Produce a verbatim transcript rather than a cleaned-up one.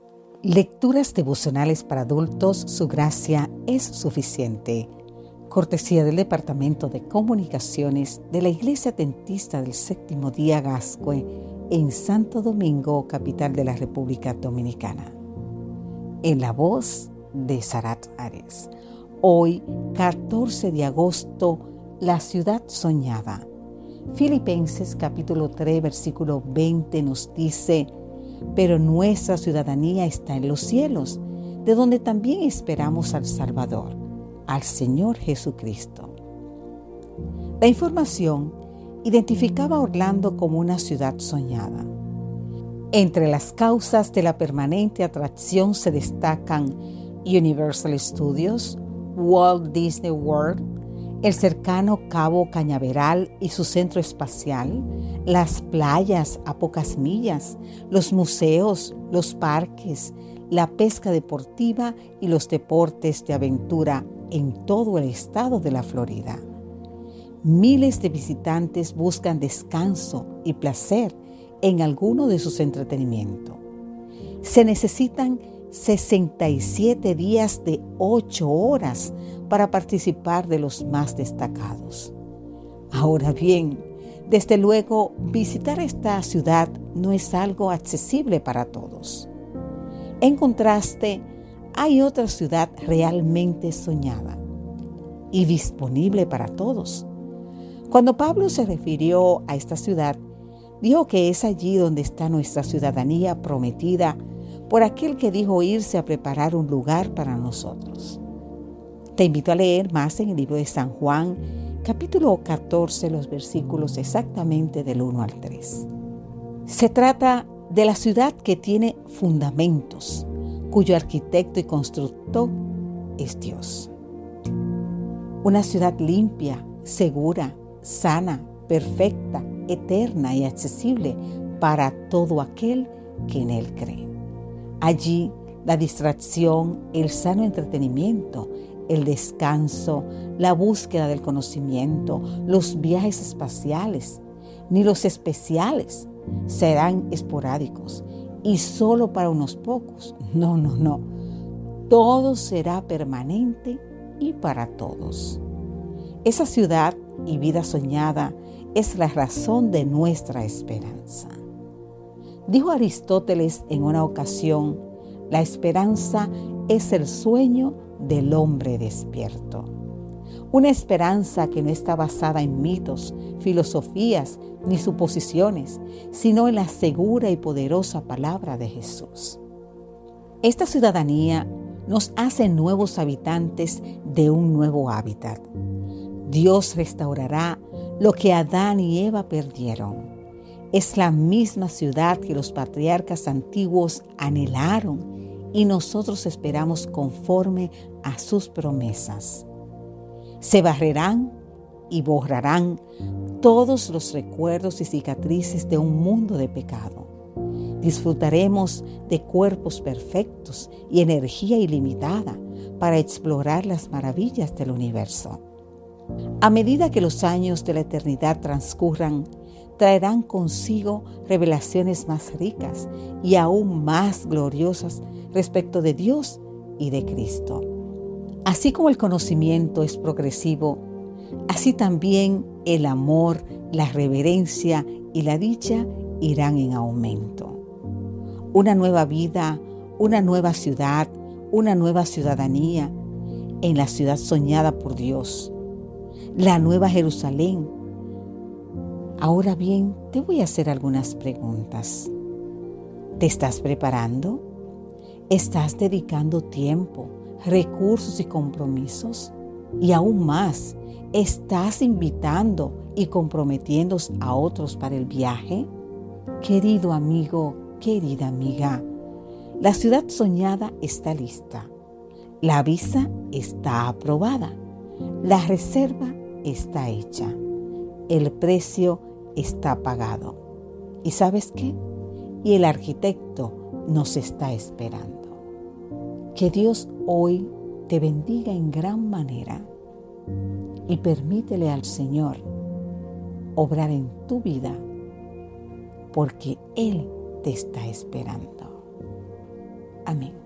Lecturas devocionales para adultos, su gracia es suficiente. Cortesía del Departamento de Comunicaciones de la Iglesia Adventista del Séptimo Día Gascue en Santo Domingo, capital de la República Dominicana. En la voz de Sarat Arias. Hoy, catorce de agosto, la ciudad soñada. Filipenses capítulo tres, versículo veinte nos dice: pero nuestra ciudadanía está en los cielos, de donde también esperamos al Salvador, al Señor Jesucristo. La información identificaba a Orlando como una ciudad soñada. Entre las causas de la permanente atracción se destacan Universal Studios, Walt Disney World, el cercano Cabo Cañaveral y su centro espacial, las playas a pocas millas, los museos, los parques, la pesca deportiva y los deportes de aventura en todo el estado de la Florida. Miles de visitantes buscan descanso y placer en alguno de sus entretenimientos. Se necesitan sesenta y siete días de ocho horas para participar de los más destacados. Ahora bien, desde luego, visitar esta ciudad no es algo accesible para todos. En contraste, hay otra ciudad realmente soñada y disponible para todos. Cuando Pablo se refirió a esta ciudad, dijo que es allí donde está nuestra ciudadanía prometida por aquel que dijo irse a preparar un lugar para nosotros. Te invito a leer más en el libro de San Juan, capítulo catorce, los versículos exactamente del uno al tres. Se trata de la ciudad que tiene fundamentos, cuyo arquitecto y constructor es Dios. Una ciudad limpia, segura, sana, perfecta, eterna y accesible para todo aquel que en él cree. Allí, la distracción, el sano entretenimiento, el descanso, la búsqueda del conocimiento, los viajes espaciales, ni los especiales serán esporádicos y solo para unos pocos. No, no, no. Todo será permanente y para todos. Esa ciudad y vida soñada es la razón de nuestra esperanza. Dijo Aristóteles en una ocasión: la esperanza es el sueño del hombre despierto. Una esperanza que no está basada en mitos, filosofías ni suposiciones, sino en la segura y poderosa palabra de Jesús. Esta ciudadanía nos hace nuevos habitantes de un nuevo hábitat. Dios restaurará lo que Adán y Eva perdieron. Es la misma ciudad que los patriarcas antiguos anhelaron y nosotros esperamos conforme a sus promesas. Se barrerán y borrarán todos los recuerdos y cicatrices de un mundo de pecado. Disfrutaremos de cuerpos perfectos y energía ilimitada para explorar las maravillas del universo. A medida que los años de la eternidad transcurran, traerán consigo revelaciones más ricas y aún más gloriosas respecto de Dios y de Cristo. Así como el conocimiento es progresivo, así también el amor, la reverencia y la dicha irán en aumento. Una nueva vida, una nueva ciudad, una nueva ciudadanía en la ciudad soñada por Dios, la nueva Jerusalén. Ahora bien, te voy a hacer algunas preguntas. ¿Te estás preparando? ¿Estás dedicando tiempo, recursos y compromisos? Y aún más, ¿estás invitando y comprometiendo a otros para el viaje? Querido amigo, querida amiga, la ciudad soñada está lista. La visa está aprobada. La reserva está hecha. El precio está pagado. ¿Y sabes qué? Y el arquitecto nos está esperando. Que Dios hoy te bendiga en gran manera y permítele al Señor obrar en tu vida, porque Él te está esperando. Amén.